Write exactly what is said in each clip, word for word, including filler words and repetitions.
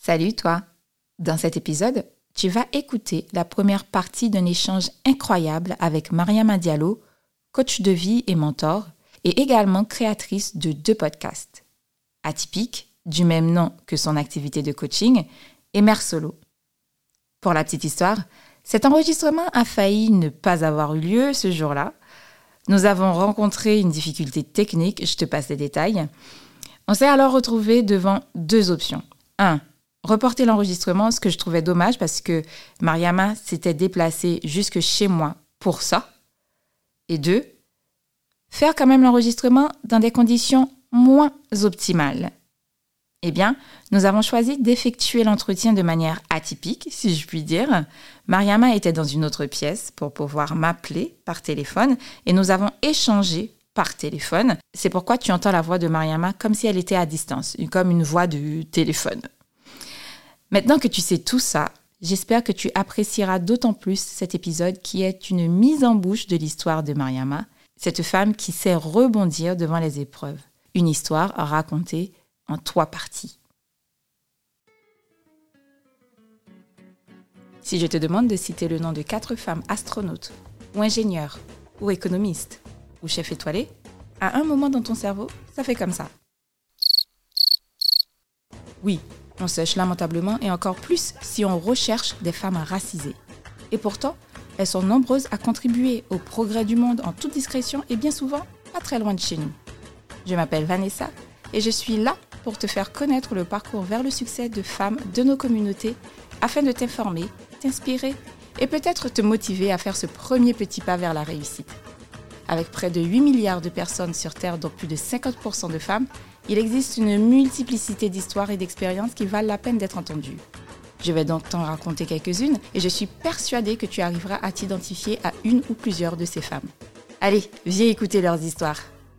Salut toi! Dans cet épisode, tu vas écouter la première partie d'un échange incroyable avec Mariama Diallo, coach de vie et mentor, et également créatrice de deux podcasts. Atypique, du même nom que son activité de coaching, et Mère Solo. Pour la petite histoire, cet enregistrement a failli ne pas avoir eu lieu ce jour-là. Nous avons rencontré une difficulté technique, je te passe les détails. On s'est alors retrouvés devant deux options. Un, reporter l'enregistrement, ce que je trouvais dommage parce que Mariama s'était déplacée jusque chez moi pour ça. Et deux, faire quand même l'enregistrement dans des conditions moins optimales. Eh bien, nous avons choisi d'effectuer l'entretien de manière atypique, si je puis dire. Mariama était dans une autre pièce pour pouvoir m'appeler par téléphone et nous avons échangé par téléphone. C'est pourquoi tu entends la voix de Mariama comme si elle était à distance, comme une voix de téléphone. Maintenant que tu sais tout ça, j'espère que tu apprécieras d'autant plus cet épisode qui est une mise en bouche de l'histoire de Mariama, cette femme qui sait rebondir devant les épreuves. Une histoire racontée en trois parties. Si je te demande de citer le nom de quatre femmes astronautes, ou ingénieures, ou économistes, ou chefs étoilés, à un moment dans ton cerveau, ça fait comme ça. Oui, on sèche lamentablement et encore plus si on recherche des femmes racisées. Et pourtant, elles sont nombreuses à contribuer au progrès du monde en toute discrétion et bien souvent pas très loin de chez nous. Je m'appelle Vanessa et je suis là pour te faire connaître le parcours vers le succès de femmes de nos communautés afin de t'informer, t'inspirer et peut-être te motiver à faire ce premier petit pas vers la réussite. Avec près de huit milliards de personnes sur Terre, dont plus de cinquante pour cent de femmes, il existe une multiplicité d'histoires et d'expériences qui valent la peine d'être entendues. Je vais donc t'en raconter quelques-unes et je suis persuadée que tu arriveras à t'identifier à une ou plusieurs de ces femmes. Allez, viens écouter leurs histoires.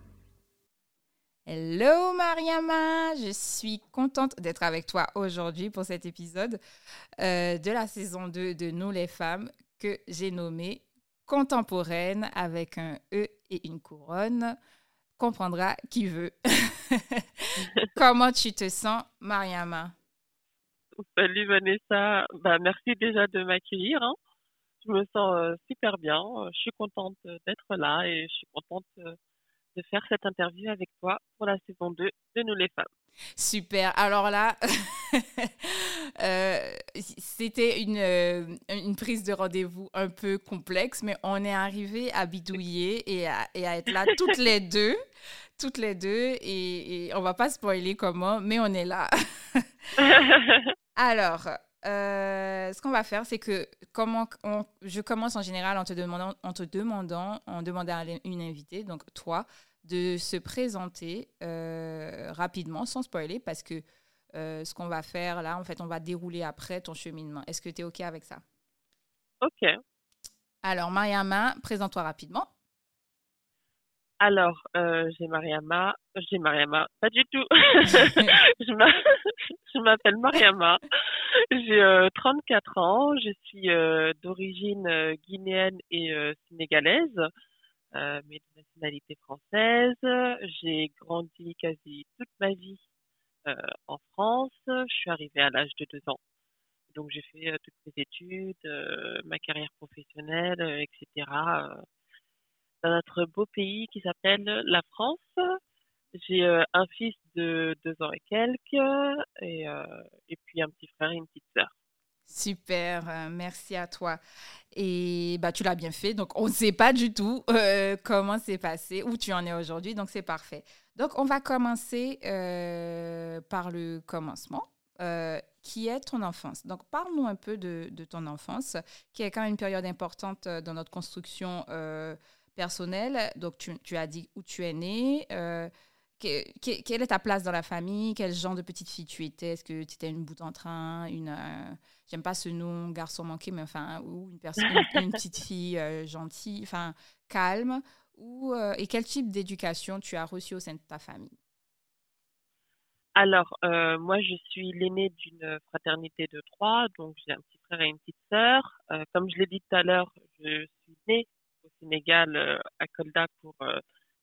Hello Mariama, je suis contente d'être avec toi aujourd'hui pour cet épisode euh, de la saison deux de Nous les femmes que j'ai nommé Contemporaine avec un E et une couronne. Comprendra qui veut. Comment tu te sens, Mariama? Salut Vanessa, bah, merci déjà de m'accueillir. Hein. Je me sens euh, super bien, je suis contente d'être là et je suis contente euh, de faire cette interview avec toi pour la saison deux de Nous les femmes. Super. Alors là, euh, c'était une, euh, une prise de rendez-vous un peu complexe, mais on est arrivé à bidouiller et à, et à être là toutes les deux, toutes les deux, et, et on va pas spoiler comment, mais on est là. Alors, euh, ce qu'on va faire, c'est que comment on, je commence en général en te demandant, en te demandant, en demandant à une invitée, donc toi, de se présenter euh, rapidement, sans spoiler, parce que euh, ce qu'on va faire là, en fait, on va dérouler après ton cheminement. Est-ce que tu es OK avec ça? Ok. Alors, Mariama, présente-toi rapidement. Alors, euh, j'ai Mariama, j'ai Mariama, pas du tout. je, m'a... je m'appelle Mariama, j'ai euh, trente-quatre ans, je suis euh, d'origine euh, guinéenne et euh, sénégalaise. Euh, mais de nationalité française. J'ai grandi quasi toute ma vie euh, en France. Je suis arrivée à l'âge de deux ans. Donc j'ai fait euh, toutes mes études, euh, ma carrière professionnelle, euh, et cetera. euh, dans notre beau pays qui s'appelle la France. J'ai euh, un fils de deux ans et quelques, et, euh, et puis un petit frère et une petite sœur. Super, euh, merci à toi. Et bah, tu l'as bien fait, donc on ne sait pas du tout euh, comment c'est passé, où tu en es aujourd'hui, donc c'est parfait. Donc on va commencer euh, par le commencement, euh, qui est ton enfance. Donc parle-nous un peu de, de ton enfance, qui est quand même une période importante euh, dans notre construction euh, personnelle. Donc tu, tu as dit où tu es née, euh, que- que- quelle est ta place dans la famille, quel genre de petite fille tu étais, est-ce que tu étais une bout en train, une... euh, j'aime pas ce nom garçon manqué, mais enfin, ou une personne, une, une petite fille euh, gentille, enfin, calme, ou, euh, et quel type d'éducation tu as reçu au sein de ta famille? Alors, euh, moi, je suis l'aînée d'une fraternité de trois, donc j'ai un petit frère et une petite sœur. Euh, comme je l'ai dit tout à l'heure, je suis née au Sénégal, euh, à Kolda, pour euh,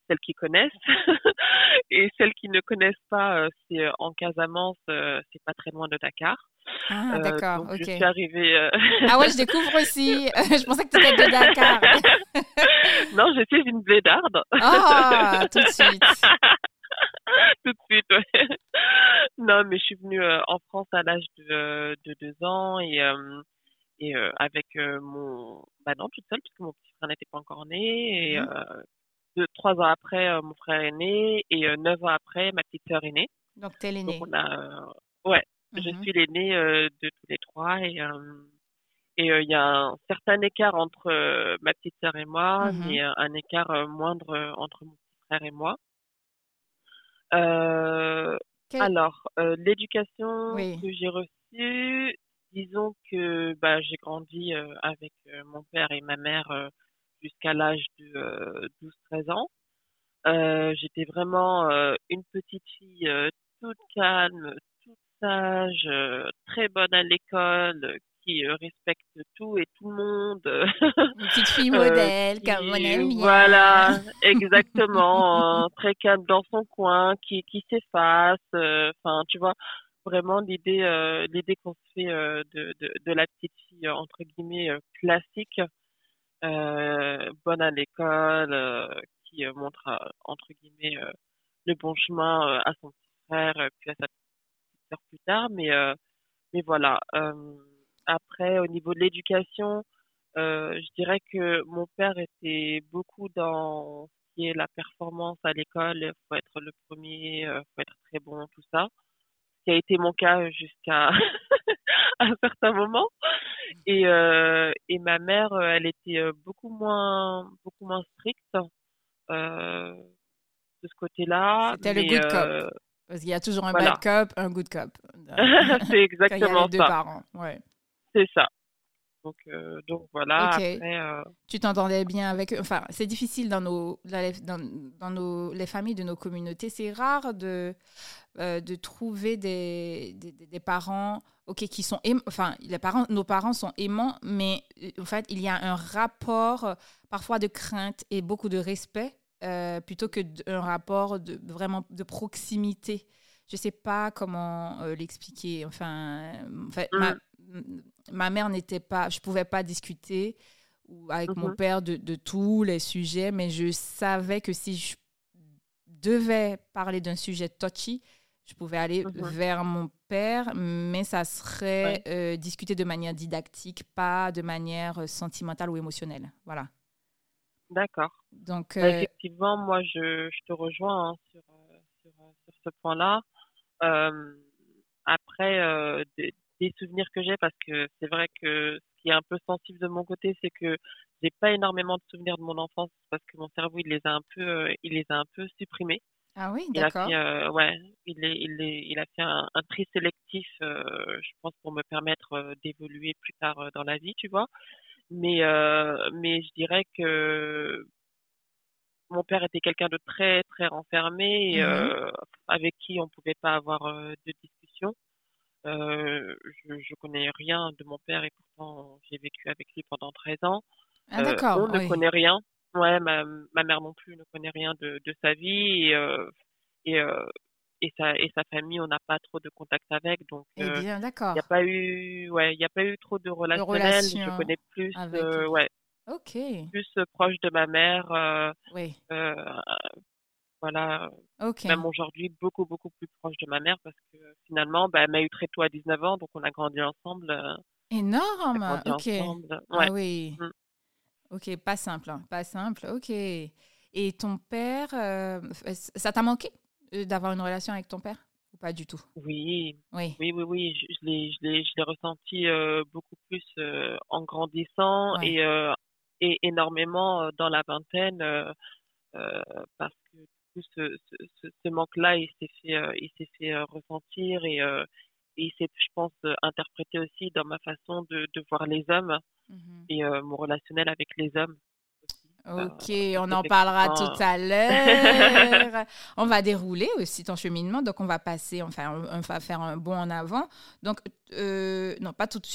celles qui connaissent. Et celles qui ne connaissent pas, euh, c'est euh, en Casamance, euh, c'est pas très loin de Dakar. Ah, Euh, d'accord, donc, je ok. suis arrivée. euh, Ah ouais, je découvre aussi. Je pensais que tu étais de Dakar. Non, je suis une blédarde. Ah, tout de suite. Tout de suite, ouais. Non, mais je suis venue euh, en France à l'âge de, euh, de deux ans et, euh, et euh, avec euh, mon. Bah non, toute seule, puisque mon petit frère n'était pas encore né. Et Mhm. euh, deux, trois ans après, euh, mon frère est né. Et euh, neuf ans après, ma petite sœur est née. Donc, t'es Donc, l'aîné. on a. euh, ouais, je Mhm. suis l'aînée euh, de tous les trois. Et euh, et euh, il y a un certain écart entre euh, ma petite sœur et moi, Mhm. mais euh, un écart euh, moindre euh, entre mon petit frère et moi. Euh, Quel- alors, euh, l'éducation Oui. que j'ai reçue, disons que bah, j'ai grandi euh, avec euh, mon père et ma mère euh, jusqu'à l'âge de euh, douze treize ans. Euh, j'étais vraiment euh, une petite fille euh, toute calme, toute sage, euh, très bonne à l'école, euh, qui euh, respecte tout et tout le monde, Une petite fille euh, modèle, comme on qui, aime bien. voilà, exactement, euh, très calme dans son coin, qui, qui s'efface, euh, enfin, tu vois, vraiment l'idée, euh, l'idée qu'on se fait euh, de, de, de la petite fille, euh, entre guillemets, euh, classique, euh, bonne à l'école, euh, qui euh, montre, euh, entre guillemets, euh, le bon chemin euh, à son petit frère, euh, puis à sa petite sœur plus tard. Mais, euh, mais voilà. Euh, après, au niveau de l'éducation, euh, je dirais que mon père était beaucoup dans ce qui est la performance à l'école. Il faut être le premier, il faut être très bon, tout ça. Ce qui a été mon cas jusqu'à un certain moment. Et, euh, et ma mère, euh, elle était euh, beaucoup moins, beaucoup moins stricte euh, de ce côté-là, C'était le mais good cop. euh, Parce qu'il y a toujours un bad voilà, cop, un good cop. c'est Quand il y a les exactement deux ça, parents. Ouais. c'est ça. Donc, euh, donc voilà. Ok. Après, euh, Tu t'entendais bien avec eux. Enfin, c'est difficile dans nos, dans les, dans, dans nos, les familles de nos communautés. C'est rare de, euh, de trouver des, des, des parents, ok, qui sont, aim- enfin, les parents, nos parents sont aimants, mais euh, en fait, il y a un rapport euh, parfois de crainte et beaucoup de respect euh, plutôt que d- un rapport de vraiment de proximité. Je sais pas comment euh, l'expliquer. Enfin, euh, en fait, ma, hum, ma mère n'était pas, je pouvais pas discuter ou avec mon mhm, père de, de tous les sujets, mais je savais que si je devais parler d'un sujet touchy, je pouvais aller mhm, vers mon père, mais ça serait ouais, euh, discuté de manière didactique, pas de manière euh, sentimentale ou émotionnelle. Voilà. d'accord. Donc, Bah, euh, effectivement, moi, je, je te rejoins hein, sur, euh, sur, euh, sur ce point-là. Euh, après, euh, des, des souvenirs que j'ai, parce que c'est vrai que ce qui est un peu sensible de mon côté, c'est que j'ai pas énormément de souvenirs de mon enfance parce que mon cerveau, il les a un peu, euh, il les a un peu supprimés. ah oui, Il a d'accord. fait, euh, ouais, il est, il est, il a fait un, un tri sélectif, euh, je pense, pour me permettre euh, d'évoluer plus tard euh, dans la vie, tu vois. Mais, euh, mais je dirais que mon père était quelqu'un de très, très renfermé, et, Mhm. euh, avec qui on pouvait pas avoir euh, de discussion. Euh, je, je connais rien de mon père et pourtant j'ai vécu avec lui pendant treize ans. Ah Euh, on d'accord, ne oui. connaît rien. Ouais, ma, ma mère non plus ne connaît rien de, de sa vie et, euh, et, euh, et, sa, et sa famille, on n'a pas trop de contact avec. Donc, Eh il bien, n'y a d'accord. pas eu, ouais, il y a pas eu trop de De relationnel. Je relation connais plus, avec euh, lui. ouais, Ok, plus euh, proche de ma mère. Euh, oui, euh, voilà, ok. même aujourd'hui, beaucoup, beaucoup plus proche de ma mère parce que finalement, bah, elle m'a eu très tôt à dix-neuf ans, donc on a grandi ensemble. euh, on a Énorme, grandi ok. ensemble. Ouais. Ah oui, Mm. ok, pas simple, hein, pas simple, ok. Et ton père, euh, f- ça t'a manqué euh, d'avoir une relation avec ton père ou pas du tout? Oui, Oui, oui, oui, oui. Je, je l'ai, je l'ai, je l'ai ressenti euh, beaucoup plus euh, en grandissant ouais. et, euh, et énormément euh, dans la vingtaine euh, euh, parce que du coup, ce, ce, ce, ce manque-là, il s'est fait, euh, il s'est fait euh, ressentir et, euh, et il s'est, je pense, euh, interprété aussi dans ma façon de, de voir les hommes Mhm. et euh, mon relationnel avec les hommes aussi. Euh, Ok, donc on en parlera tout effectivement. à l'heure. On va dérouler aussi ton cheminement, donc on va passer, enfin, on, on va faire un bond en avant. Donc, euh, non, pas tout de suite.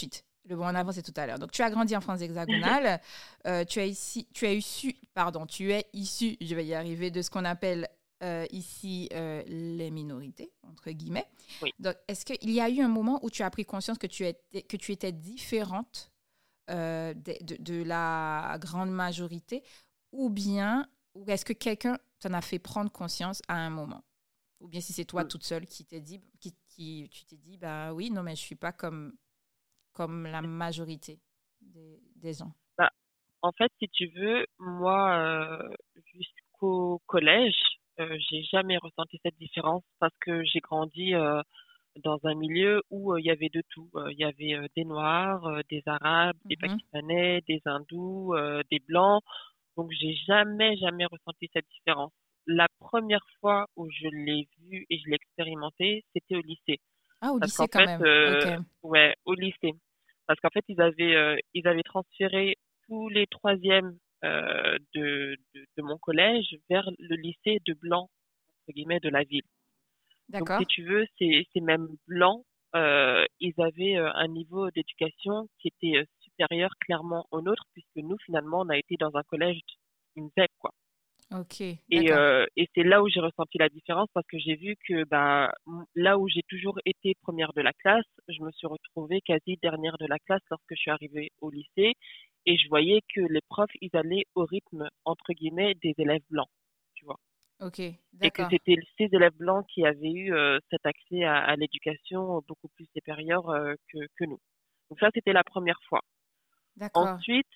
Le bon en avant, c'est tout à l'heure. Donc, tu as grandi en France hexagonale. euh, tu as ici, tu as issu, pardon, tu es issu, je vais y arriver, de ce qu'on appelle euh, ici euh, les minorités, entre guillemets. Oui. Donc, est-ce qu'il y a eu un moment où tu as pris conscience que tu étais, que tu étais différente euh, de, de, de la grande majorité, ou bien, ou est-ce que quelqu'un t'en a fait prendre conscience à un moment? Ou bien si c'est toi Mm. toute seule qui t'es dit, qui, qui, tu t'es dit, bah oui, non, mais je ne suis pas comme... comme la majorité des, des gens. Bah, en fait, si tu veux, moi, euh, jusqu'au collège, euh, j'ai jamais ressenti cette différence parce que j'ai grandi euh, dans un milieu où euh, il y avait de tout. Euh, Il y avait euh, des Noirs, euh, des Arabes, des Mhm. Pakistanais, des Hindous, euh, des Blancs. Donc, j'ai jamais, jamais ressenti cette différence. La première fois où je l'ai vu et je l'ai expérimenté, c'était au lycée. Ah, au Parce qu'en lycée quand fait, même. OK. euh, ouais, au lycée. Parce qu'en fait, ils avaient, euh, ils avaient transféré tous les troisièmes euh, de, de, de mon collège vers le lycée de blancs, entre guillemets, de la ville. Donc, D'accord. si tu veux, ces, ces mêmes blancs, euh, ils avaient euh, un niveau d'éducation qui était euh, supérieur clairement au nôtre, puisque nous, finalement, on a été dans un collège, une Z E P, quoi. OK. Et, D'accord. euh, et c'est là où j'ai ressenti la différence parce que j'ai vu que bah, m- là où j'ai toujours été première de la classe, je me suis retrouvée quasi dernière de la classe lorsque je suis arrivée au lycée et je voyais que les profs, ils allaient au rythme, entre guillemets, des élèves blancs, tu vois. OK. Et que D'accord. c'était ces élèves blancs qui avaient eu euh, cet accès à, à l'éducation beaucoup plus supérieur euh, que, que nous. Donc ça, c'était la première fois. D'accord. Ensuite,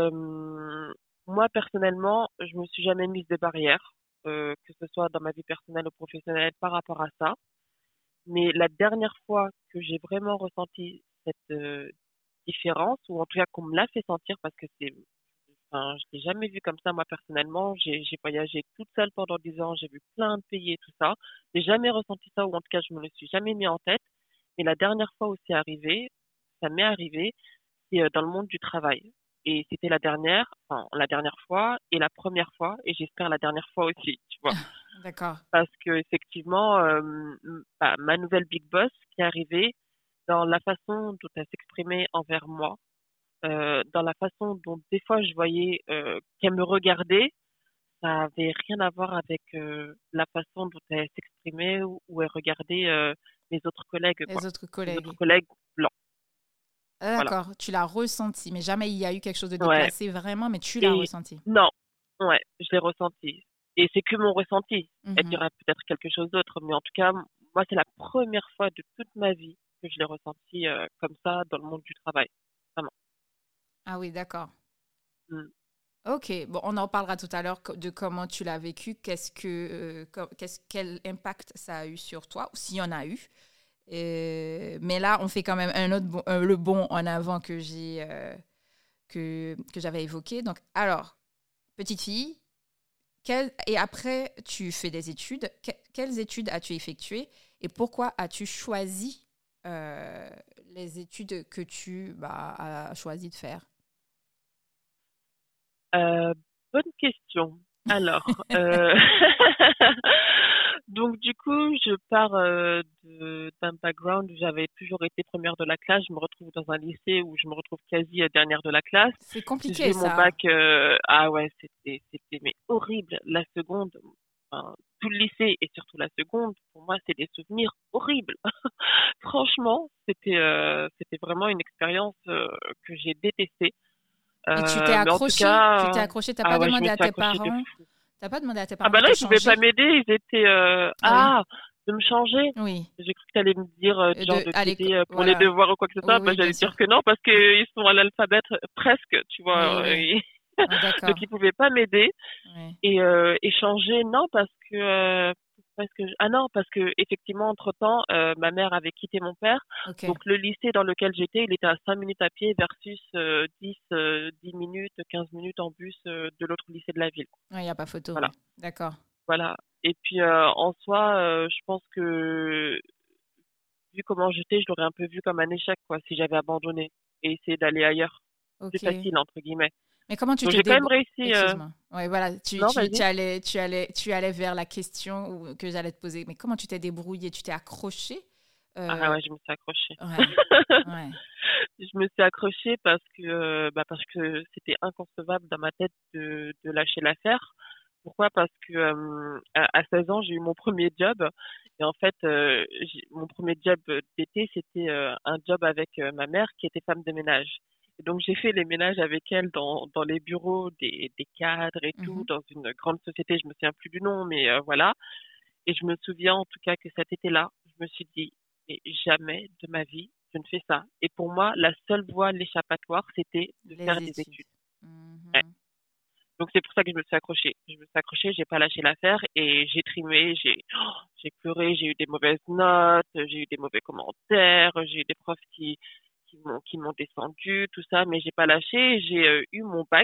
euh, moi personnellement, je me suis jamais mise de barrière, euh, que ce soit dans ma vie personnelle ou professionnelle par rapport à ça. Mais la dernière fois que j'ai vraiment ressenti cette euh, différence, ou en tout cas qu'on me l'a fait sentir, parce que c'est, enfin, je l'ai jamais vu comme ça moi personnellement. J'ai, j'ai voyagé toute seule pendant dix ans, j'ai vu plein de pays et tout ça. J'ai jamais ressenti ça, ou en tout cas je me le suis jamais mis en tête. Mais la dernière fois où c'est arrivé, ça m'est arrivé, c'est euh, dans le monde du travail. Et c'était la dernière, enfin, la dernière fois et la première fois, et j'espère la dernière fois aussi, tu vois. D'accord. Parce que effectivement, euh, m- bah, ma nouvelle big boss qui est arrivée, dans la façon dont elle s'exprimait envers moi, euh, dans la façon dont des fois je voyais euh, qu'elle me regardait, ça avait rien à voir avec euh, la façon dont elle s'exprimait ou, ou elle regardait euh, mes autres collègues, quoi. Les autres Mes autres collègues. collègues blancs, Ah, voilà. d'accord. Tu l'as ressenti, mais jamais il y a eu quelque chose de Ouais. déplacé vraiment, mais tu l'as Et ressenti. non, ouais, je l'ai ressenti. Et c'est que mon ressenti. Elle Mhm. dira peut-être quelque chose d'autre, mais en tout cas, moi, c'est la première fois de toute ma vie que je l'ai ressenti euh, comme ça dans le monde du travail. Vraiment. Ah oui, d'accord. Mm. OK. Bon, on en reparlera tout à l'heure co- de comment tu l'as vécu, qu'est-ce que, euh, co- qu'est-ce, quel impact ça a eu sur toi, ou s'il y en a eu. Euh, mais là, on fait quand même un autre bon, un- le bon en avant que j'ai euh, que, que j'avais évoqué. Donc, alors, petite fille, quelle- et après, tu fais des études. Que- quelles études as-tu effectuées et pourquoi as-tu choisi euh, les études que tu bah, as choisi de faire? Euh, bonne question. Alors, euh, donc du coup, je pars euh, de- d'un background où j'avais toujours été première de la classe. Je me retrouve dans un lycée où je me retrouve quasi euh, dernière de la classe. C'est compliqué, J'ai mon ça. bac. euh, ah ouais, c'était c'était mais horrible. La seconde, enfin, tout le lycée et surtout la seconde, pour moi, c'est des souvenirs horribles. Franchement, c'était euh, c'était vraiment une expérience euh, que j'ai détestée. Et tu t'es Euh, mais en tout accroché, tu t'es cas, euh, accroché, t'as ah pas ouais, je me demandé à suis tes accrochée de parents, fou. t'as pas demandé à tes Ah parents bah de là, te ils pouvaient pas changer? m'aider, ils étaient euh, Ah oui, ah de me changer. oui. J'ai cru que tu allais me dire euh, Euh, genre De, de à l'éco- t'aider euh, pour les voilà. devoirs ou quoi que ce Oui, soit. Bah oui, bien j'allais dire sûr. que non parce qu'ils sont à l'alphabet euh, presque, tu Oui, vois. oui. et- Ah, Donc d'accord. ils pouvaient pas m'aider Oui. et euh, échanger non parce que euh, parce que ah non parce que effectivement entre-temps euh, ma mère avait quitté mon père. OK. Donc le lycée dans lequel j'étais, il était à cinq minutes à pied versus euh, dix euh, dix minutes, quinze minutes en bus euh, de l'autre lycée de la ville. Il n'y a pas photo, Voilà. oui. D'accord. Voilà. Et puis euh, en soi, euh, je pense que vu comment j'étais, je l'aurais un peu vu comme un échec, quoi, si j'avais abandonné et essayé d'aller ailleurs, plus OK. facile entre guillemets. Mais comment tu Donc te j'ai quand même débrouilles? réussi. Euh... Excuse-moi. Oui, voilà. Tu, Non, tu, tu vas-y. allais, tu allais, tu allais vers la question où- que j'allais te poser. Mais comment tu t'es débrouillé? Tu t'es accroché? Ah Euh, ouais, je me suis accrochée. ouais. Ouais. Je me suis accrochée parce que, euh, bah, parce que c'était inconcevable dans ma tête de, de lâcher l'affaire. Pourquoi? Parce que euh, à, à seize ans, j'ai eu mon premier job. Et en fait, euh, j'ai- mon premier job d'été, c'était euh, un job avec euh, ma mère qui était femme de ménage. Et donc, j'ai fait les ménages avec elle dans, dans les bureaux des, des cadres et tout, Mhm. dans une grande société. Je me souviens plus du nom, mais euh, voilà. Et je me souviens en tout cas que cet été-là, je me suis dit, mais jamais de ma vie, je ne fais ça. Et pour moi, la seule voie, l'échappatoire, c'était de faire Les des études. études. Ouais. Mhm. Donc c'est pour ça que je me suis accrochée. Je me suis accrochée, j'ai pas lâché l'affaire et j'ai trimé, j'ai oh, j'ai pleuré, j'ai eu des mauvaises notes, j'ai eu des mauvais commentaires, j'ai eu des profs qui qui m'ont qui m'ont descendu, tout ça, mais j'ai pas lâché. J'ai euh, eu mon bac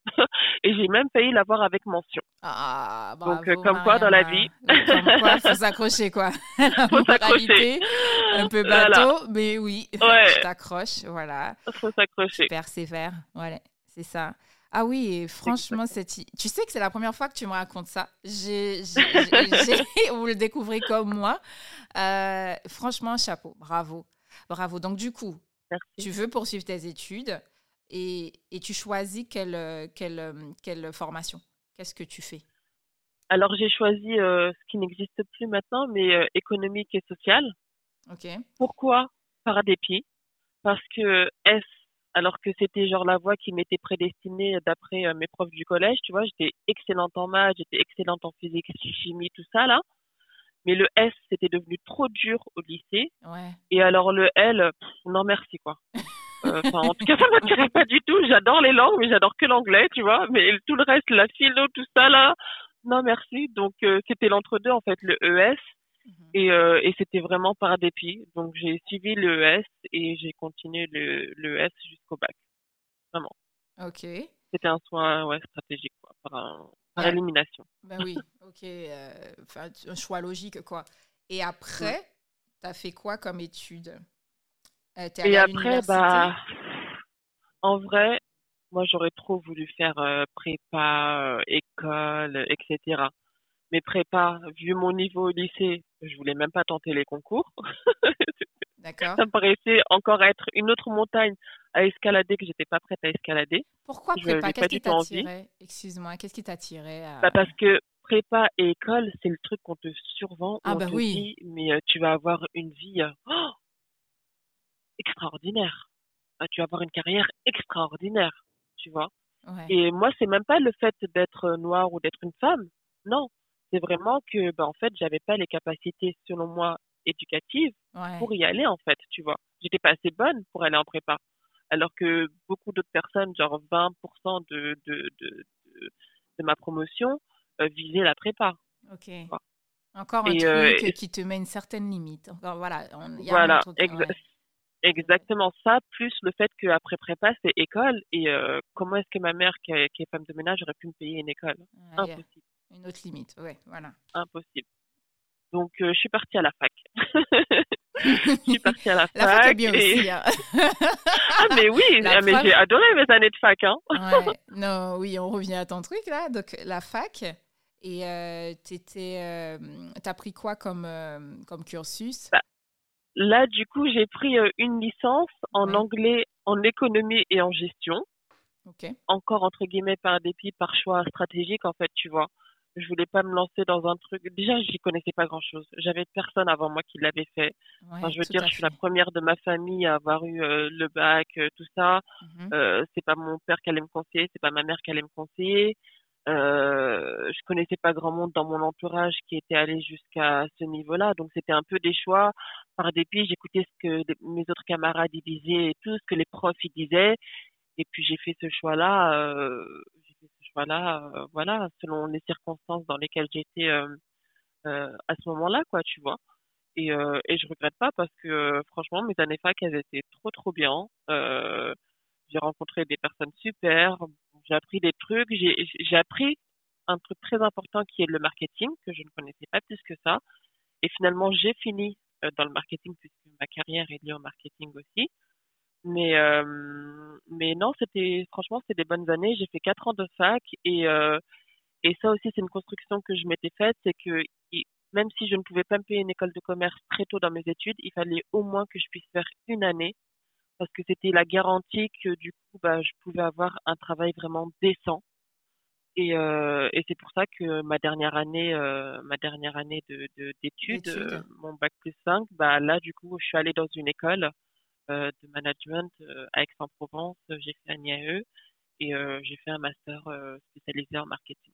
et j'ai même failli l'avoir avec mention. Ah, Donc euh, bravo, comme quoi dans la vie, Mariama. Mais comme quoi, faut s'accrocher, quoi. La faut s'accrocher. moralité, un peu Voilà. bateau, mais oui, tu Ouais, t'accroches, voilà. faut Tu s'accrocher. persévères, voilà, c'est ça. Ah oui, et franchement, Exactement. cette... tu sais que c'est la première fois que tu me racontes ça. J'ai, j'ai, j'ai- j'ai- vous le découvrez comme moi. Euh, franchement, chapeau, bravo, bravo. Donc du coup, Merci. tu veux poursuivre tes études et, et tu choisis quelle, euh, quelle, euh, quelle formation? Qu'est-ce que tu fais? Alors j'ai choisi euh, ce qui n'existe plus maintenant, mais euh, économique et social. Ok. Pourquoi? Par dépit. Parce que S, alors que c'était genre la voie qui m'était prédestinée d'après euh, mes profs du collège, tu vois, j'étais excellente en maths, j'étais excellente en physique, chimie, tout ça là. Mais le S, c'était devenu trop dur au lycée. Ouais. Et alors le L, pff, non merci quoi. Euh, Enfin, en tout cas, ça m'intéresse pas du tout. J'adore les langues, mais j'adore que l'anglais, tu vois. Mais tout le reste, la philo, tout ça là, non merci. Donc euh, c'était l'entre-deux en fait, le E S. Mhm. Et, euh, et c'était vraiment par dépit. Donc j'ai suivi le E S et j'ai continué le, le E S jusqu'au bac. Vraiment. Ok. C'était un soin ouais, stratégique, quoi, par, un- par Et, élimination. ben oui, ok. euh, enfin, un choix logique, quoi. Et Mm. après, tu as fait quoi comme étude? Euh, tu es allé Et à après, l'université? bah, en vrai, moi j'aurais trop voulu faire euh, prépa, euh, école, et cetera. Mais prépa, vu mon niveau au lycée, je voulais même pas tenter les concours. D'accord. Ça me paraissait encore être une autre montagne à escalader que j'étais pas prête à escalader. Pourquoi Je prépa? n'avais Qu'est-ce pas qui du tout envie. t'attirait? Excuse-moi, qu'est-ce qui t'attirait Bah à... parce que prépa et école, c'est le truc qu'on te survend Ah où on ben te oui. dit mais euh, tu vas avoir une vie euh, oh, extraordinaire. Ah, tu vas avoir une carrière extraordinaire, tu vois. Ouais. Et moi, c'est même pas le fait d'être noire ou d'être une femme. Non, c'est vraiment que bah en fait, j'avais pas les capacités selon moi éducatives Ouais. pour y aller en fait, tu vois. J'étais pas assez bonne pour aller en prépa. Alors que beaucoup d'autres personnes, genre vingt pour cent de de de de, de ma promotion euh, visaient la prépa. Ok. Tu vois. Encore un Et, euh, truc et qui te met une certaine limite. Encore, voilà, on- il y a un voilà, truc. ex- Ouais. C'est vrai. exactement ça, plus le fait qu'après prépa, c'est école. Et euh, comment est-ce que ma mère, qui est, qui est femme de ménage, aurait pu me payer une école? Ouais, il y a Impossible, une autre limite. Ouais, voilà. impossible. Donc, euh, je suis partie à la fac. Je suis partie à la La fac est fac bien et... aussi, hein. Ah, mais oui, La ah, mais preuve. j'ai adoré mes années de fac, hein. Ouais. Non, oui, on revient à ton truc là. Donc la fac. Et euh, t'étais, euh, t'as pris quoi comme, euh, comme cursus? Bah, là, du coup, j'ai pris euh, une licence en Ouais. anglais, en économie et en gestion. Ok. Encore entre guillemets par dépit, par choix stratégique en fait, tu vois. Je voulais pas me lancer dans un truc. Déjà, j'y connaissais pas grand-chose. J'avais personne avant moi qui l'avait fait. Enfin, Ouais, je veux tout dire, à je suis la fait. première de ma famille à avoir eu euh, le bac, euh, tout ça. Mhm. Euh, c'est pas mon père qui allait me conseiller, c'est pas ma mère qui allait me conseiller. Euh, je connaissais pas grand monde dans mon entourage qui était allé jusqu'à ce niveau-là, donc c'était un peu des choix par dépit. J'écoutais ce que des- mes autres camarades y disaient et tout, ce que les profs y disaient. Et puis j'ai fait ce choix-là, euh, j'ai fait ce choix-là, euh, voilà, selon les circonstances dans lesquelles j'étais euh, euh, à ce moment-là, quoi, tu vois. Et euh, et je regrette pas parce que euh, franchement mes années fac elles étaient trop trop bien. Euh, j'ai rencontré des personnes super, j'ai appris des trucs, j'ai j'ai appris un truc très important qui est le marketing que je ne connaissais pas plus que ça. Et finalement j'ai fini euh, dans le marketing puisque ma carrière est liée au marketing aussi. Mais, euh, mais non, c'était, franchement, c'était des bonnes années. J'ai fait quatre ans de fac et, euh, et ça aussi, c'est une construction que je m'étais faite, c'est que i- même si je ne pouvais pas me payer une école de commerce très tôt dans mes études, il fallait au moins que je puisse faire une année parce que c'était la garantie que du coup, bah, je pouvais avoir un travail vraiment décent. Et, euh, et c'est pour ça que ma dernière année, euh, ma dernière année de, de- d'études, euh, D'études. mon bac plus cinq, bah là du coup, je suis allée dans une école euh, de management euh, à Aix-en-Provence. J'ai fait un I A E et euh, j'ai fait un master euh, spécialisé en marketing.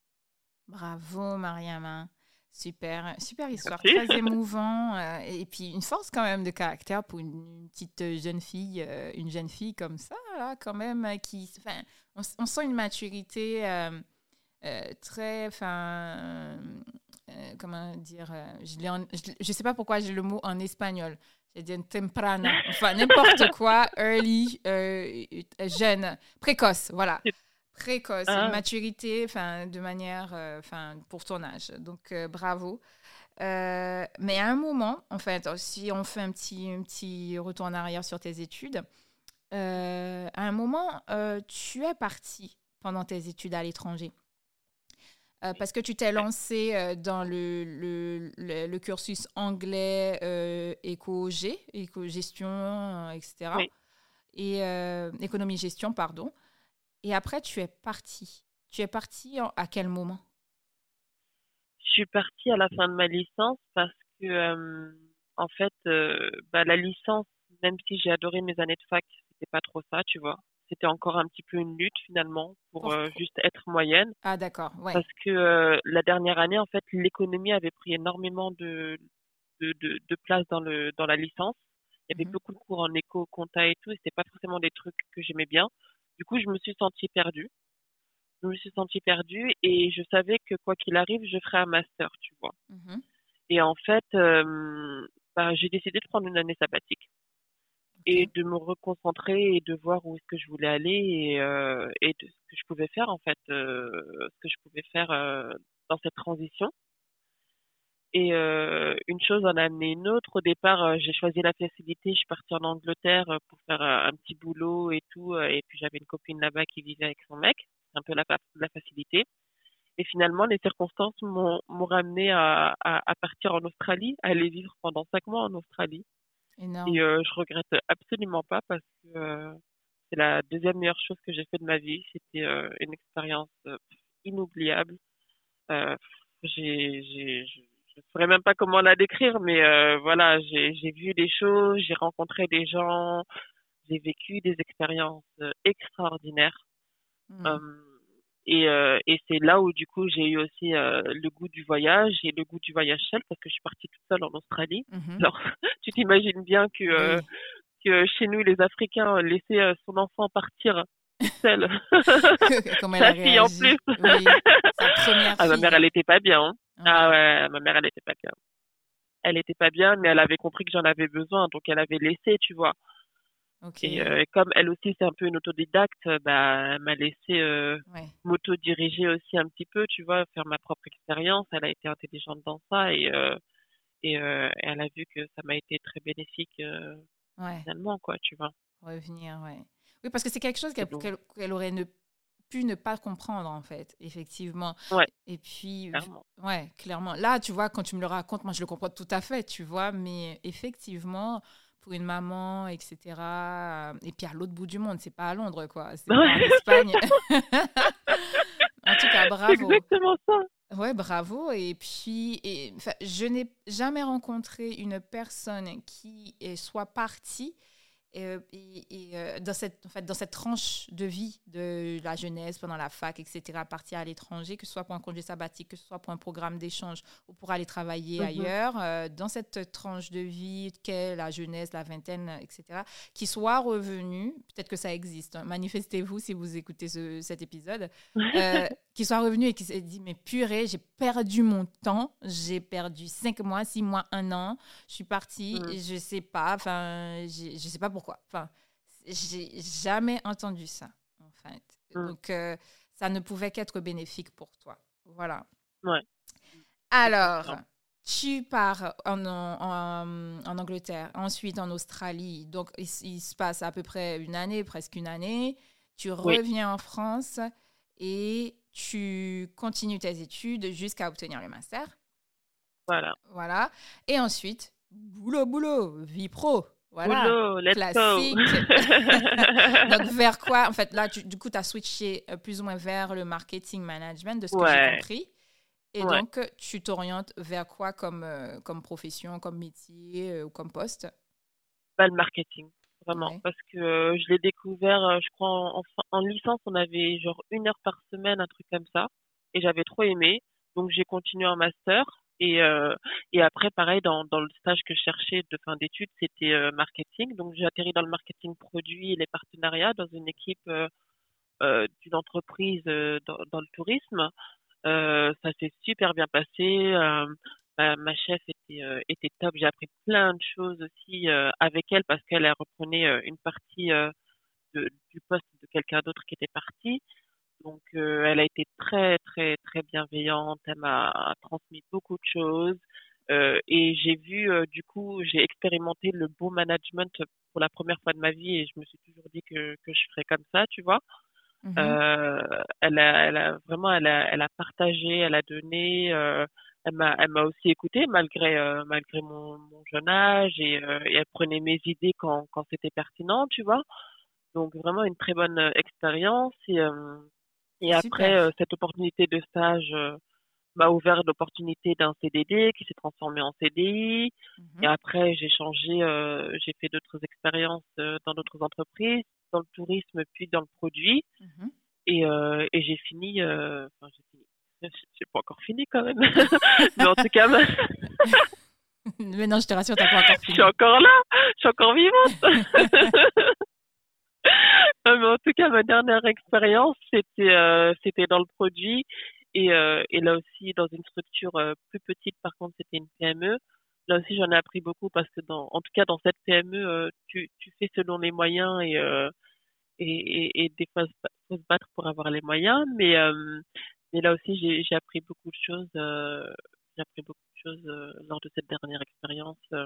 Bravo, Mariama. Super, super histoire, Merci. très émouvant. Euh, et puis une force quand même de caractère pour une, une petite jeune fille, euh, une jeune fille comme ça, là, quand même, euh, qui, enfin, on, s- on sent une maturité euh, euh, très, enfin, euh, euh, comment dire, euh, je l'ai en- je, je sais pas pourquoi j'ai le mot en espagnol. J'ai dit temprana, enfin n'importe quoi, early, euh, jeune, précoce, voilà. Précoce, une Ah, maturité, enfin, de manière, euh, enfin, pour ton âge. Donc, euh, bravo. Euh, mais à un moment, en fait, si on fait un petit, un petit retour en arrière sur tes études, euh, à un moment, euh, tu es parti pendant tes études à l'étranger. Euh, oui. parce que tu t'es Ouais. lancé euh, dans le, le, le, le cursus anglais euh, éco-G, éco-gestion, euh, et cetera. Oui. Et euh, économie-gestion, pardon. Et après, tu es parti. Tu es parti en- à quel moment? Je suis partie à la fin de ma licence parce que, euh, en fait, euh, bah, la licence, même si j'ai adoré mes années de fac, c'était pas trop ça, tu vois. C'était encore un petit peu une lutte finalement pour euh, Pourquoi? juste être moyenne. Ah, d'accord, ouais. Parce que euh, la dernière année, en fait, l'économie avait pris énormément de, de, de, de place dans le dans la licence. Il y avait Mhm, beaucoup de cours en éco, compta et tout, et c'était pas forcément des trucs que j'aimais bien. Du coup, je me suis sentie perdue. Je me suis sentie perdue et je savais que quoi qu'il arrive, je ferais un master, tu vois. mhm. Et en fait, euh, bah, j'ai décidé de prendre une année sabbatique et OK. de me reconcentrer et de voir où est-ce que je voulais aller et, euh, et de ce que je pouvais faire en fait, euh, ce que je pouvais faire euh, dans cette transition. Et euh, une chose en a amené une autre. Au départ, euh, j'ai choisi la facilité. Je suis partie en Angleterre euh, pour faire euh, un petit boulot et tout. euh, Et puis j'avais une copine là-bas qui vivait avec son mec. C'est un peu la, fa- la facilité. Et finalement, les circonstances m'ont m'ont ramené à, à, à partir en Australie, à aller vivre pendant cinq mois en Australie. Et Énorme. euh, je regrette absolument pas parce que euh, c'est la deuxième meilleure chose que j'ai fait de ma vie. C'était euh, une expérience euh, inoubliable. Euh, j'ai, j'ai, je je ne saurais même pas comment la décrire, mais euh, voilà, j'ai, j'ai vu des choses, j'ai rencontré des gens, j'ai vécu des expériences euh, extraordinaires. Euh, Mhm, et, euh, et c'est là où du coup j'ai eu aussi euh, le goût du voyage et le goût du voyage seul parce que je suis partie toute seule en Australie. mhm. Alors tu t'imagines bien que, euh, Oui. que chez nous les Africains euh, laisser euh, son enfant partir toute seule, Comment elle a sa fille en plus. réagi? Oui. Sa première Ah, ma fille, mère elle hein. était pas bien. Hein. Ah Ouais. ouais, ma mère elle était pas bien. Elle était pas bien, mais elle avait compris que j'en avais besoin, donc elle avait laissé, tu vois. Et OK. euh, comme elle aussi c'est un peu une autodidacte, bah elle m'a laissé euh, Ouais. m'auto-diriger aussi un petit peu, tu vois, faire ma propre expérience. Elle a été intelligente dans ça et euh, et euh, elle a vu que ça m'a été très bénéfique euh, Ouais. finalement, quoi, tu vois. Revenir, ouais. Oui, parce que c'est quelque chose qu'elle Et donc, qu'elle- qu'elle aurait ne, pu ne pas comprendre, en fait, effectivement. ouais, Et puis, v- clairement. ouais, clairement. Là, tu vois, quand tu me le racontes, moi, je le comprends tout à fait, tu vois. Mais effectivement, pour une maman, et cetera. euh, Et puis à l'autre bout du monde, c'est pas à Londres, quoi. C'est pas en Ouais, Espagne. En tout cas, c'est bravo. exactement ça. Ouais, bravo. Et puis, et, enfin, je n'ai jamais rencontré une personne qui eh, soit partie euh, et, et, euh, dans, cette, en fait, dans cette tranche de vie de la jeunesse, pendant la fac, et cetera, partir à l'étranger, que ce soit pour un congé sabbatique, que ce soit pour un programme d'échange ou pour aller travailler Mhm. ailleurs, euh, dans cette tranche de vie qu'est la jeunesse, la vingtaine, et cetera, qui soit revenu, peut-être que ça existe, hein, manifestez-vous si vous écoutez ce, cet épisode, euh, qui soit revenu et qui s'est dit, mais purée, j'ai perdu mon temps, j'ai perdu cinq mois, six mois, un an, je suis partie, Mhm. et je sais pas, enfin, j'ai- je sais pas pourquoi. Enfin, j'ai jamais entendu ça, en fait. Mhm. Donc, euh, ça ne pouvait qu'être bénéfique pour toi. Voilà. Ouais, je Alors, confirme. tu pars en, en, en Angleterre, ensuite en Australie. Donc, il, il se passe à peu près une année, presque une année. Tu Oui, reviens en France et tu continues tes études jusqu'à obtenir le master. voilà. Voilà. Et ensuite, boulot, boulot, vie pro. Voilà, boulot, let's go. classique. Donc, vers quoi? En fait, là, tu- du coup, tu as switché euh, plus ou moins vers le marketing management, de ce que j'ai Ouais, compris. Et ouais. donc, euh, tu t'orientes vers quoi comme, euh, comme profession, comme métier euh, ou comme poste? Pas le marketing, vraiment. Ouais. Parce que euh, je l'ai découvert, euh, je crois, en, en, fin- en licence, on avait genre une heure par semaine, un truc comme ça. Et j'avais trop aimé. Donc j'ai continué en master. Et, euh, et après, pareil, dans, dans le stage que je cherchais de fin d'études, c'était euh, marketing. Donc j'ai atterri dans le marketing produit et les partenariats dans une équipe euh, euh, d'une entreprise euh, dans, dans le tourisme. Euh, ça s'est super bien passé. Euh, ma, ma chef était, euh, était top. J'ai appris plein de choses aussi euh, avec elle parce qu'elle a reprenait euh, une partie euh, de- du poste de quelqu'un d'autre qui était parti. Donc, euh, elle a été très, très, très bienveillante. Elle m'a transmis beaucoup de choses. Euh, et j'ai vu, euh, du coup, j'ai expérimenté le beau management pour la première fois de ma vie et je me suis toujours dit que, que je ferais comme ça, tu vois. Mhm. Euh, elle a, elle a vraiment, elle a, elle a partagé, elle a donné, euh, elle m'a, elle m'a aussi écouté malgré, euh, malgré mon, mon jeune âge et, euh, et elle prenait mes idées quand, quand c'était pertinent, tu vois. Donc vraiment une très bonne euh, expérience et, euh, C'est et après super. euh, cette opportunité de stage euh, m'a ouvert l'opportunité d'un C D D qui s'est transformé en C D I. Et Mhm. après j'ai changé, euh, j'ai fait d'autres expériences euh, dans d'autres entreprises, dans le tourisme puis dans le produit. Mhm. Et, euh, et j'ai fini, euh, enfin j'ai fini, j'ai pas encore fini quand même, mais en tout cas, ma- Mais non, je te rassure, t'as pas encore je suis fini. encore là, je suis encore vivante. Euh, mais en tout cas, ma dernière expérience, c'était euh, c'était dans le produit et, euh, et là aussi dans une structure euh, plus petite. Par contre, c'était une P M E. Là aussi, j'en ai appris beaucoup parce que dans, en tout cas, dans cette P M E, euh, tu, tu fais selon les moyens et euh, et, et, et des fois, il faut se battre pour avoir les moyens. Mais, euh, mais là aussi, j'ai, j'ai appris beaucoup de choses. Euh, j'ai appris beaucoup de choses euh, lors de cette dernière expérience euh,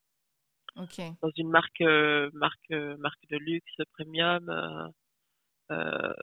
Ok. dans une marque, euh, marque, euh, marque de luxe premium euh, euh,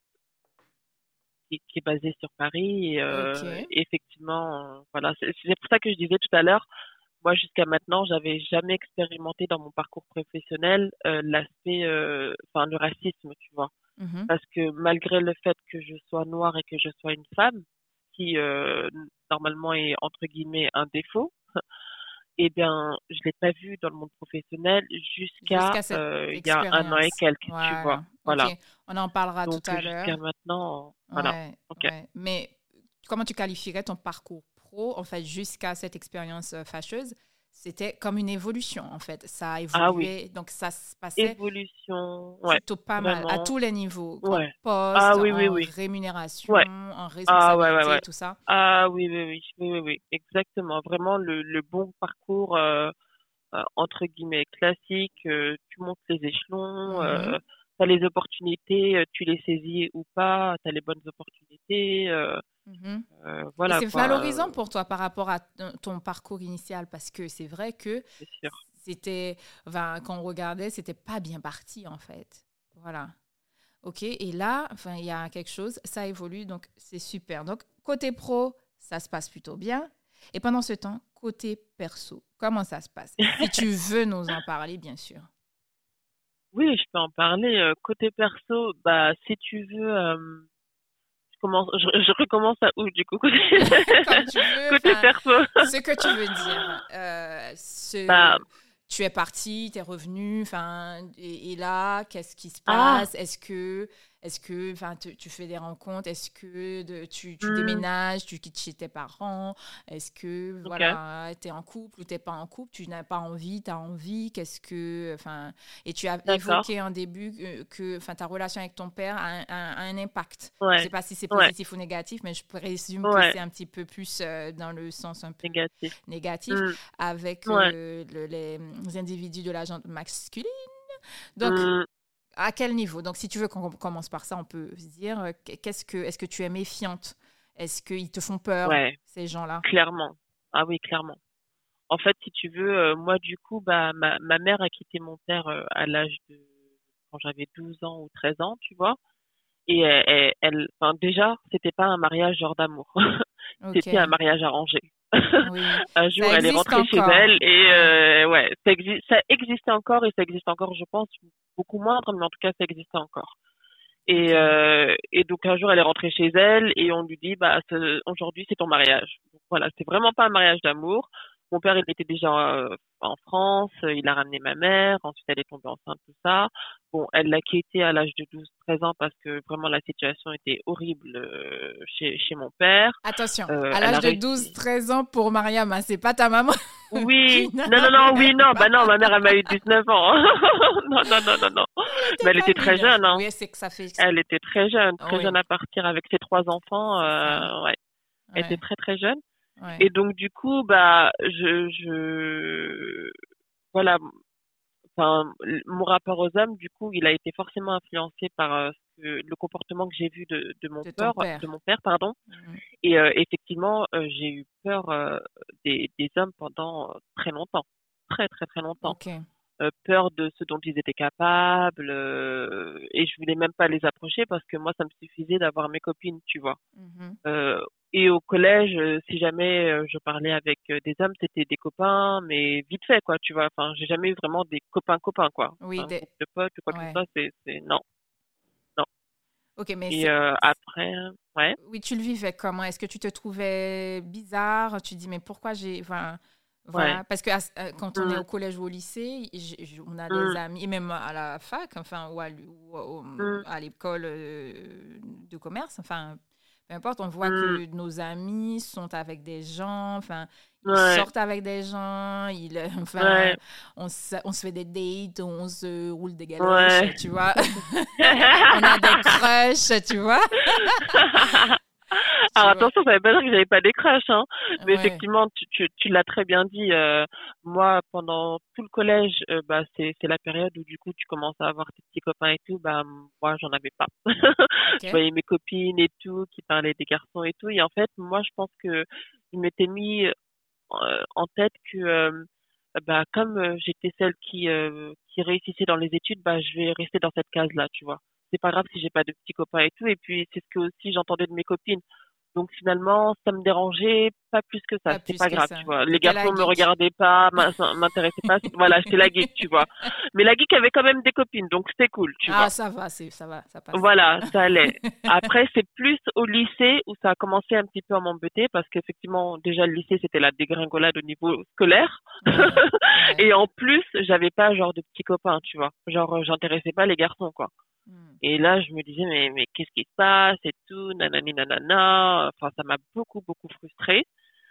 qui, qui est basée sur Paris. Et, Ok. euh, effectivement, euh, voilà, c'est, c'est pour ça que je disais tout à l'heure. Moi, jusqu'à maintenant, j'avais jamais expérimenté dans mon parcours professionnel euh, l'aspect, euh, enfin, le racisme, tu vois. Mhm. Parce que malgré le fait que je sois noire et que je sois une femme, qui euh, normalement est entre guillemets un défaut, eh bien, je l'ai pas vu dans le monde professionnel jusqu'à Jusqu'à cette euh, il y a un an et expérience. quelques, tu vois. Voilà. Ok. Voilà. On en parlera tout Donc à jusqu'à l'heure. maintenant, voilà. Ouais, Ok. ouais. Mais comment tu qualifierais ton parcours pro, en fait, jusqu'à cette expérience euh, fâcheuse? C'était comme une évolution, en fait. Ça a Ah oui, évolué. Donc, ça se passait évolution, ouais, plutôt pas mal, à vraiment, tous les niveaux, en ouais. Ah poste, oui, oui, en oui, rémunération, ouais. en Ah ouais, ouais, responsabilité, ouais. tout ça. Ah oui, oui, oui, oui, oui, oui, exactement. Vraiment le, le bon parcours. Euh, euh, entre guillemets classique, euh, tu montes les échelons, Mhm, euh, tu as les opportunités, euh, tu les saisis ou pas, tu as les bonnes opportunités, euh, mhm. euh, Et voilà c'est quoi, euh, valorisant pour toi par rapport à ton ton parcours initial parce que c'est vrai que c'est sûr. c'était, enfin, quand on regardait, c'était pas bien parti en fait. Voilà. OK. Et là, enfin, il y a quelque chose, ça évolue, donc c'est super. Donc, côté pro, ça se passe plutôt bien. Et pendant ce temps, côté perso, comment ça se passe? Si tu veux nous en parler, bien sûr. Oui, je peux en parler. Euh, côté perso, bah si tu veux, euh, je commence, je, je recommence à où du coup côté, Comme tu veux, côté enfin, perso. ce que tu veux dire. Euh, Bah ce, tu es parti, tu es revenu, enfin, et, et là, qu'est-ce qui se ah, passe? Est-ce que, est-ce que, enfin, tu, tu fais des rencontres? Est-ce que de, tu, tu hmm, déménages, tu quittes chez tes parents? Est-ce que, ok, voilà, tu es en couple ou tu n'es pas en couple? Tu n'as pas envie, tu as envie? Qu'est-ce que, enfin, et tu as d'accord, évoqué en début que, que, enfin, ta relation avec ton père a un, un- a un impact. Je ne sais ouais, pas si c'est ouais, positif ou négatif, mais je présume que ouais, c'est un petit peu plus euh, dans le sens un peu négatif, négatif hmm, avec ouais, euh, le- les, les individus de la gente masculine. Donc, hmm, à quel niveau? Donc, si tu veux qu'on commence par ça, on peut se dire, euh, qu'est-ce que, est-ce que tu es méfiante? Est-ce qu'ils te font peur, ouais, ces gens-là? clairement. Ah oui, clairement. En fait, si tu veux, euh, moi, du coup, bah, ma, ma mère a quitté mon père euh, à l'âge de quand j'avais douze ans ou treize ans, tu vois. Et elle, elle, elle- enfin, déjà, c'était pas un mariage genre d'amour. C'était un Ok. mariage arrangé. Oui, Un jour, ça elle est existe rentrée chez encore. elle et Ouais. euh, ouais, ça, exi- ça existait encore et ça existe encore, je pense, beaucoup moindre, mais en tout cas, ça existait encore. Et, OK. euh, et donc un jour, elle est rentrée chez elle et on lui dit, bah, ce- aujourd'hui, c'est ton mariage. Donc, voilà, c'est vraiment pas un mariage d'amour. Mon père, il était déjà euh, en France, euh, il a ramené ma mère, ensuite elle est tombée enceinte, tout ça. Bon, elle l'a quitté à l'âge de douze treize ans parce que vraiment la situation était horrible euh, chez, chez mon père. Attention, Euh, à elle l'âge a de douze réussi. treize ans pour Mariam, hein, c'est pas ta maman qui Oui, non, non, non, oui, n'avait non, pas. bah non, ma mère, elle m'a eu dix-neuf ans. Non, non, non, non, non. Elle Mais était elle pas était très mineure. jeune, hein. Oui, c'est que ça fait. Elle était très jeune, très Oui, jeune à partir avec ses trois enfants. c'est ça. Euh, ouais, elle était Ouais, très très jeune. ouais. Et donc du coup, bah, je, je, voilà, enfin, l- mon rapport aux hommes, du coup, il a été forcément influencé par euh, ce que- le comportement que j'ai vu de, de mon De ton père, de père. mon père, pardon. Mhm. Et euh, effectivement, euh, j'ai eu peur euh, des, des hommes pendant euh, très longtemps, très très très longtemps. OK. Euh, peur de ce dont ils étaient capables, euh, et je voulais même pas les approcher parce que moi, ça me suffisait d'avoir mes copines, tu vois. Mhm. Euh, et au collège, euh, si jamais euh, je parlais avec euh, des hommes, c'était des copains, mais vite fait, quoi, tu vois. Enfin, j'ai jamais eu vraiment des copains copains, quoi. Oui, Un des... groupe de potes ou quoi que ce ouais. soit, c'est, c'est non, non. OK, mais Et c'est... euh, après, ouais, Oui, tu le vivais comment? Est-ce que tu te trouvais bizarre? Tu dis, mais pourquoi j'ai... Enfin, ouais, voilà. Parce que à- euh, quand on est hum, au collège ou au lycée, j- j- on a des hum, amis, et même à la fac, enfin, ou à, l- ou au- hum, à l'école euh, de commerce, enfin, peu importe, on voit hum, que nos amis sont avec des gens, enfin, ils ouais, sortent avec des gens, ils, euh, ouais, enfin, on se, on se fait des dates, on se roule des galèches, ouais. tu vois. On a des crushs, tu vois. Alors Tu vois. attention, ça veut pas dire que j'avais pas des crushs, hein. Mais Ouais. effectivement, tu, tu, tu l'as très bien dit. Euh, moi, pendant tout le collège, euh, bah c'est c'est la période où du coup tu commences à avoir tes petits copains et tout. Bah moi, j'en avais pas. Je OK. voyais mes copines et tout qui parlaient des garçons et tout. Et en fait, moi, je pense que il m'était mis euh, en tête que euh, bah comme euh, j'étais celle qui euh, qui réussissait dans les études, bah je vais rester dans cette case-là, tu vois. C'est pas grave si j'ai pas de petits copains et tout. Et puis c'est ce que aussi j'entendais de mes copines. Donc finalement, ça me dérangeait pas plus que ça. Pas C'était plus pas que grave, ça. tu vois. Les T'étais la garçons me geek. regardaient pas, m'in- m'intéressaient pas. C'est- Voilà, j'étais la geek, tu vois. Mais la geek avait quand même des copines, donc c'était cool, tu vois. Ah, ça va, c'est, ça va, ça passe. Voilà, ça allait. Après, c'est plus au lycée où ça a commencé un petit peu à m'embêter parce qu'effectivement, déjà le lycée, c'était la dégringolade au niveau scolaire. Ouais, ouais. Et en plus, j'avais pas genre de petits copains, tu vois. Genre, euh, j'intéressais pas les garçons, quoi. Hmm. Et là, je me disais, mais, mais qu'est-ce qui se passe et tout, nanani nanana. Enfin, ça m'a beaucoup, beaucoup frustrée.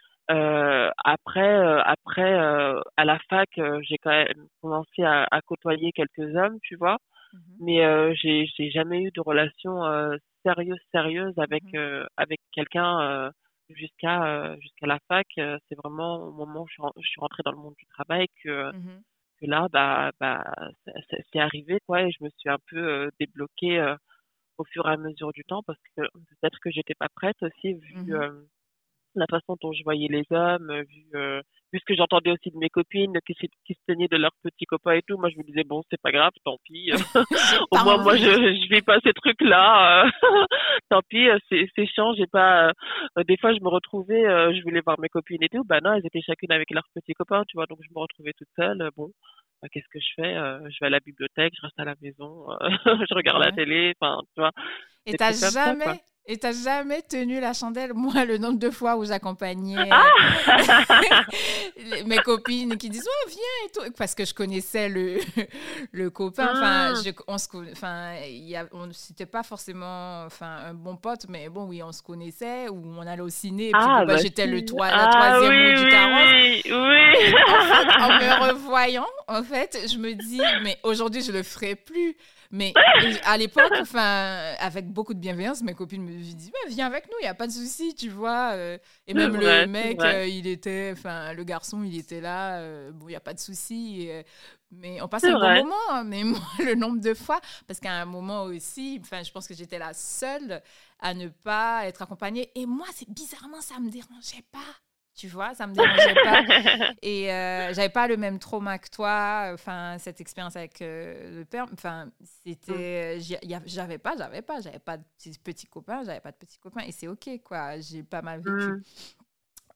Euh, après, euh, après, euh, à la fac, euh, j'ai quand même commencé à, à côtoyer quelques hommes, tu vois. Mhm, Mais euh, j'ai, j'ai jamais eu de relation euh, sérieuse, sérieuse avec mhm, euh, avec quelqu'un euh, jusqu'à euh, jusqu'à la fac. Euh, C'est vraiment au moment où je suis, ren- je suis rentrée dans le monde du travail que mhm. que là, bah, bah, ça- ça- c'est arrivé, quoi, et je me suis un peu euh, débloquée euh, au fur et à mesure du temps parce que peut-être que j'étais pas prête aussi vu Mhm. euh, la façon dont je voyais les hommes, euh, vu, euh, vu ce que j'entendais aussi de mes copines qui, se- qui se plaignaient de leurs petits copains et tout. Moi, je me disais, bon, c'est pas grave, tant pis. J'ai Au pas moins, moi, je, envie. je vis pas ces trucs-là. euh, Tant pis, euh, c'est, c'est chiant. J'ai pas. euh, Des fois, je me retrouvais, euh, je voulais voir mes copines et tout. Bah non, elles étaient chacune avec leurs petits copains, tu vois. Donc, je me retrouvais toute seule. euh, Bon, bah, qu'est-ce que je fais? Euh, Je vais à la bibliothèque, je reste à la maison, euh, je regarde la Ouais. télé. Enfin, tu vois, Et des t'as trucs comme ça, quoi. jamais, et t'as jamais tenu la chandelle. Moi, le nombre de fois où j'accompagnais Ah! les- mes copines qui disent ouais viens et tout parce que je connaissais le le copain. Enfin, Hmm. je, on se, conna- enfin, il y a, on c'était pas forcément, enfin, un bon pote, mais bon oui, on se connaissait ou on allait au ciné et puis bon Ah, bah bah j'étais le si. toi, la Ah troisième roue oui, du carrosse. oui, oui, Et en fait, en oui. me revoyant, en fait, je me dis, mais aujourd'hui, je le ferai plus. Mais et à l'époque, enfin, avec beaucoup de bienveillance, mes copines me disaient, bah, viens avec nous, il n'y a pas de souci, tu vois. euh. Et C'est même le vrai, c'est mec, vrai. euh, il était, enfin, le garçon, il était là, euh, bon, il n'y a pas de souci. et, euh, mais on passe C'est un bon vrai. moment. hein. Mais moi, le nombre de fois, parce qu'à un moment aussi, enfin, je pense que j'étais la seule à ne pas être accompagnée. Et moi, c'est bizarrement, ça me dérangeait pas. Tu vois, ça me dérangeait pas. Et euh, j'avais pas le même trauma que toi. Enfin, cette expérience avec euh, le père. Enfin, Mm, c'était, j'y- y a- j'avais pas, j'avais pas, j'avais pas de petits, petits copains, j'avais pas de petits copains. Et c'est ok, quoi. J'ai pas mal vécu. mm,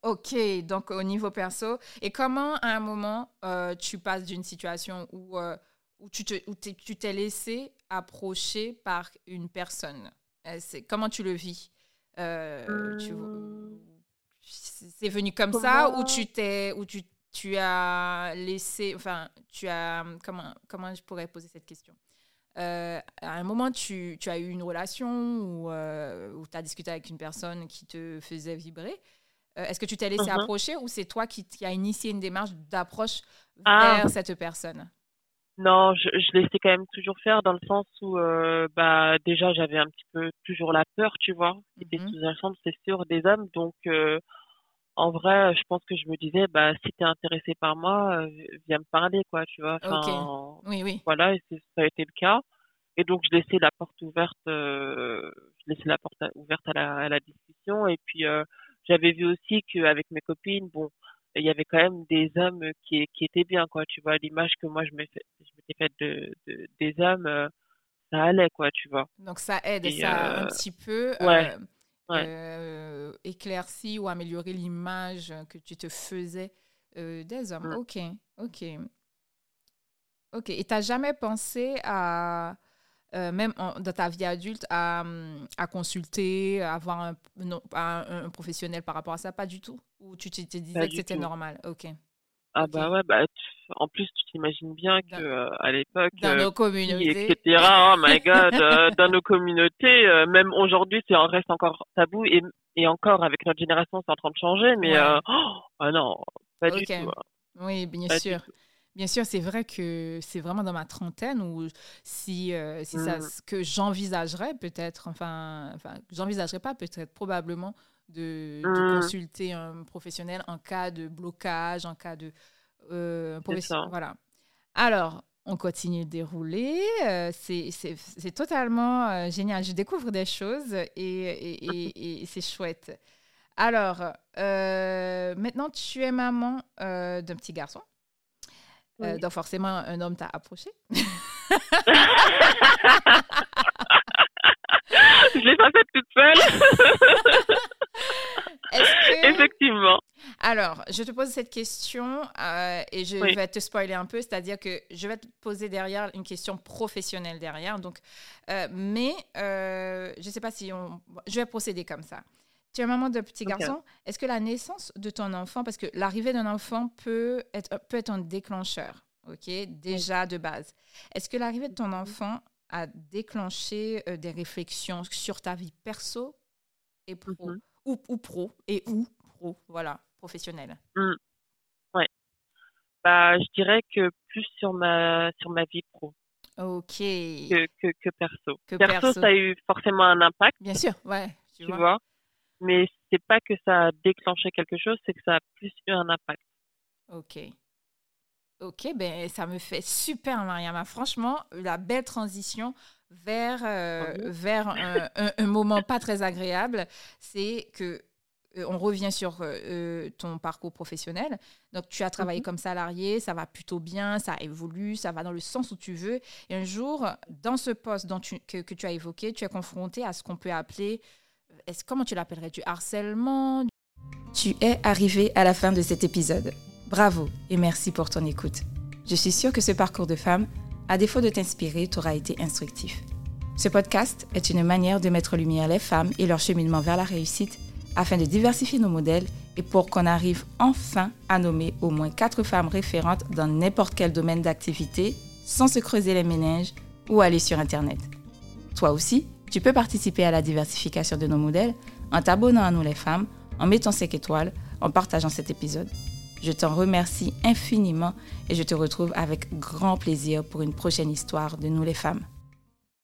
Ok, donc au niveau perso. Et comment, à un moment, euh, tu passes d'une situation où, euh, où, tu, te, où tu t'es laissé approcher par une personne? Euh, c'est, comment tu le vis? Euh, tu, Hum, c'est venu comme ça ou tu comment? t'es, ou tu, tu as laissé, enfin, tu as, comment, comment je pourrais poser cette question? Euh, à un moment, tu, tu as eu une relation ou euh, tu as discuté avec une personne qui te faisait vibrer. Euh, est-ce que tu t'es laissé Mhm. approcher ou c'est toi qui, qui as initié une démarche d'approche Ah, vers cette personne? non, je, je laissais quand même toujours faire dans le sens où, euh, bah, déjà, j'avais un petit peu toujours la peur, tu vois, qui était Mhm. sous la chambre, c'est sûr, des hommes. Donc, euh, en vrai, je pense que je me disais, bah, si t'es intéressé par moi, euh, viens me parler, quoi, tu vois. Ok. Enfin, Oui, oui. voilà, et c'est- ça a été le cas. Et donc, je laissais la porte ouverte, euh, je laissais la porte à- ouverte à la, à la discussion. Et puis, euh, j'avais vu aussi qu'avec mes copines, bon, il y avait quand même des hommes qui, qui étaient bien, quoi. Tu vois, l'image que moi, je m'étais fait, je m'étais faite de, de- des hommes, euh, ça allait, quoi, tu vois. Donc ça aide, Et, ça a un euh, petit peu ouais, euh, ouais. euh, éclairci ou amélioré l'image que tu te faisais euh, des hommes. Mm. Ok, ok, ok. Et t'as jamais pensé à euh, même en- dans ta vie adulte, à, hum, à consulter, à avoir un, non, un, un professionnel par rapport à ça? Pas du tout? Ou tu te, te Pas disais que du c'était tout. normal? Ok, Ah ok. bah ouais, bah tu- en plus tu t'imagines bien que Dans, euh, à l'époque, dans euh, nos filles, communautés. et cetera. Oh my God, euh, dans nos communautés, euh, même aujourd'hui, c'est en reste encore tabou et et encore avec notre génération, c'est en train de changer, mais euh, Ouais, oh, ah non, pas du ok. tout, hein, Oui, bien pas du sûr. tout. Bien sûr, c'est vrai que c'est vraiment dans ma trentaine où si, euh, si ça, Mm, ce que j'envisagerais peut-être, enfin, enfin, j'envisagerais pas peut-être, probablement de, de mm, consulter un professionnel en cas de blocage, en cas de euh, c'est profession- ça. voilà. Alors, on continue de dérouler. euh, c'est, c'est, c'est totalement euh, génial. Je découvre des choses et, et, et, et c'est chouette. Alors, euh, maintenant, tu es maman euh, d'un petit garçon. Euh, Oui. donc, forcément, un homme t'a approché. Je l'ai pas faite toute seule. Est-ce que... Effectivement. Alors, je te pose cette question euh, et je Oui. vais te spoiler un peu, c'est-à-dire que je vais te poser derrière une question professionnelle derrière. Donc, euh, mais euh, je ne sais pas si on... Je vais procéder comme ça. Tu es maman de petit Ok. garçon. Est-ce que la naissance de ton enfant, parce que l'arrivée d'un enfant peut être, peut être un déclencheur, ok, Oui. déjà de base. Est-ce que l'arrivée de ton enfant a déclenché euh, des réflexions sur ta vie perso et pro, Mhm. ou, ou pro, et ou pro, voilà, professionnel. Mm, ouais. Bah, je dirais que plus sur ma sur ma vie pro. Ok, que, que, que perso. que Perso, perso. ça a eu forcément un impact, Bien sûr, ouais, tu tu vois. vois, mais c'est pas que ça a déclenché quelque chose, c'est que ça a plus eu un impact. Ok. Ok, ben ça me fait super, Mariama. Franchement, la belle transition vers, Tant euh, mieux. vers un, un- un moment pas très agréable, c'est que euh, on revient sur euh, ton parcours professionnel. Donc, tu as travaillé Mhm. comme salarié, ça va plutôt bien, ça évolue, ça va dans le sens où tu veux. Et un jour, dans ce poste dont tu- que, que tu as évoqué, tu es confronté à ce qu'on peut appeler, euh, est-ce, comment tu l'appellerais, du harcèlement? Tu es arrivé à la fin de cet épisode. Bravo et merci pour ton écoute. Je suis sûre que ce parcours de femme, à défaut de t'inspirer, t'aura été instructif. Ce podcast est une manière de mettre en lumière les femmes et leur cheminement vers la réussite afin de diversifier nos modèles et pour qu'on arrive enfin à nommer au moins quatre femmes référentes dans n'importe quel domaine d'activité sans se creuser les méninges ou aller sur Internet. Toi aussi, tu peux participer à la diversification de nos modèles en t'abonnant à Nous les femmes, en mettant cinq étoiles, en partageant cet épisode. Je t'en remercie infiniment et je te retrouve avec grand plaisir pour une prochaine histoire de Nous les femmes.